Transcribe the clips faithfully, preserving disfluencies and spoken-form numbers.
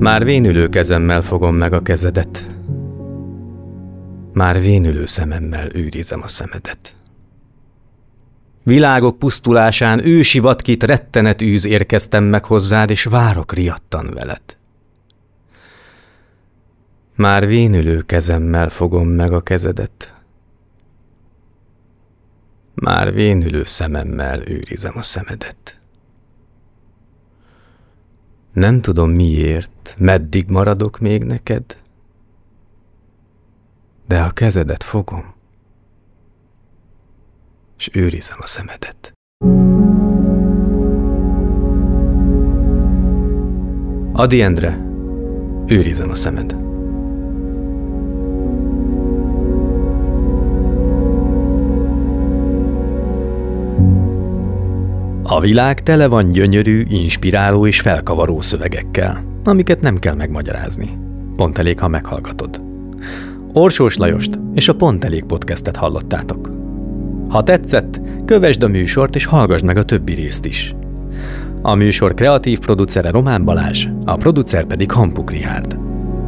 Már vénülő kezemmel fogom meg a kezedet. Már vénülő szememmel őrizem a szemedet. Világok pusztulásán ősi vadkit rettenet űz érkeztem meg hozzád, és várok riadtan veled. Már vénülő kezemmel fogom meg a kezedet. Már vénülő szememmel őrizem a szemedet. Nem tudom miért, meddig maradok még neked, de a kezedet fogom, és őrizem a szemedet. Ady Endre, őrizem a szemed. A világ tele van gyönyörű, inspiráló és felkavaró szövegekkel, amiket nem kell megmagyarázni. Pont elég, ha meghallgatod. Orsós Lajost és a Pont Elég podcastet hallottátok. Ha tetszett, kövesd a műsort és hallgass meg a többi részt is. A műsor kreatív producere Román Balázs, a producer pedig Hampuk Richárd.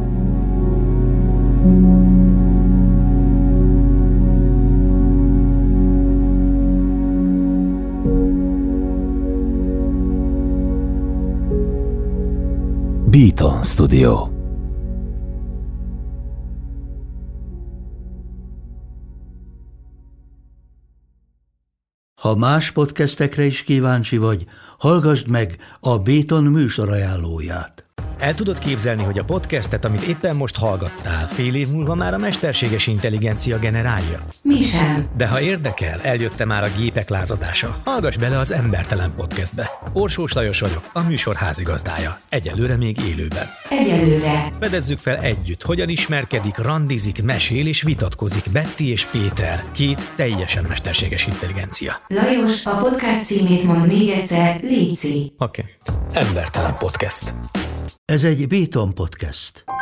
Beaton Studio. Ha más podcastekre is kíváncsi vagy, hallgassd meg a Beaton műsorajánlóját. El tudod képzelni, hogy a podcastet, amit éppen most hallgattál, fél év múlva már a mesterséges intelligencia generálja? Mi sem. De ha érdekel, eljött már a gépek lázadása. Hallgass bele az Embertelen podcastbe. Orsós Lajos vagyok, a műsor házigazdája. Egyelőre még élőben. Egyelőre. Fedezzük fel együtt, hogyan ismerkedik, randizik, mesél és vitatkozik Betty és Péter, két teljesen mesterséges intelligencia. Lajos, a podcast címét mond még egyszer, léci. Oké. Okay. Embertelen podcast. Ez egy Beaton podcast.